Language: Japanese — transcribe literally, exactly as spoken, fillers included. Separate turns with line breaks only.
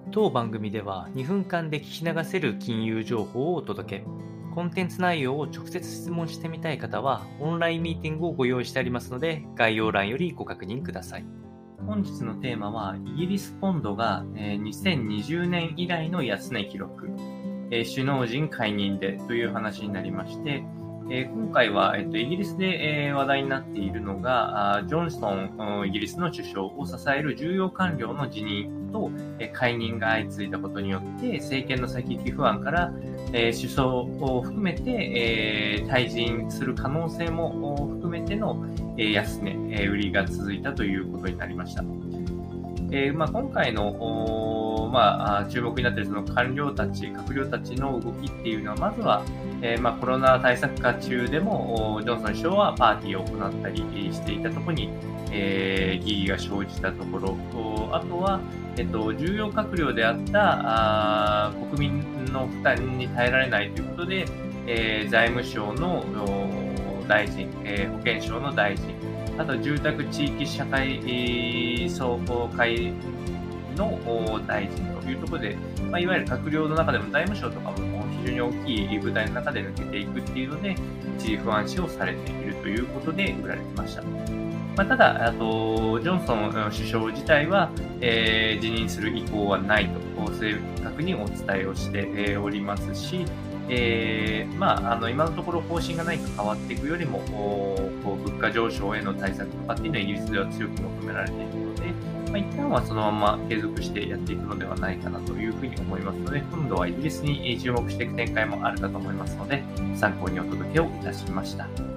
当番組ではにふんかんで聞き流せる金融情報をお届け。コンテンツ内容を直接質問してみたい方はオンラインミーティングをご用意してありますので、概要欄よりご確認ください。
本日のテーマは、イギリスポンドがにせんにじゅうねん以来の安値記録、首脳陣解任でという話になりまして、今回はイギリスで話題になっているのが、ジョンソンイギリスの首相を支える重要官僚の辞任と解任が相次いだことによって、政権の先行き不安から首相を含めて退陣する可能性も含めての安値売りが続いたということになりました。えーまあ、今回の、まあ、注目になっているその官僚たち、閣僚たちの動きっていうのは、まずは、えーまあ、コロナ対策下中でも、ジョンソン首相はパーティーを行ったりしていたところに、えー、疑義が生じたところ、あとは、えっと、重要閣僚であったあ国民の負担に耐えられないということで、えー、財務省の大臣、えー、保健省の大臣、あと住宅地域社会総会の大臣というところで、まあ、いわゆる閣僚の中でも財務省とかも非常に大きい部隊の中で抜けていくっていうので、一時不安視をされているということで売られていました。まあ、ただあと、ジョンソン首相自体は、えー、辞任する意向はないと正確にお伝えをしておりますし、えーまあ、あの今のところ方針が何か変わっていくよりもこう物価上昇への対策とかっていうのはイギリスでは強く求められているので、まあ、一旦はそのまま継続してやっていくのではないかなというふうに思いますので、今度はイギリスに注目していく展開もあるかと思いますので、参考にお届けをいたしました。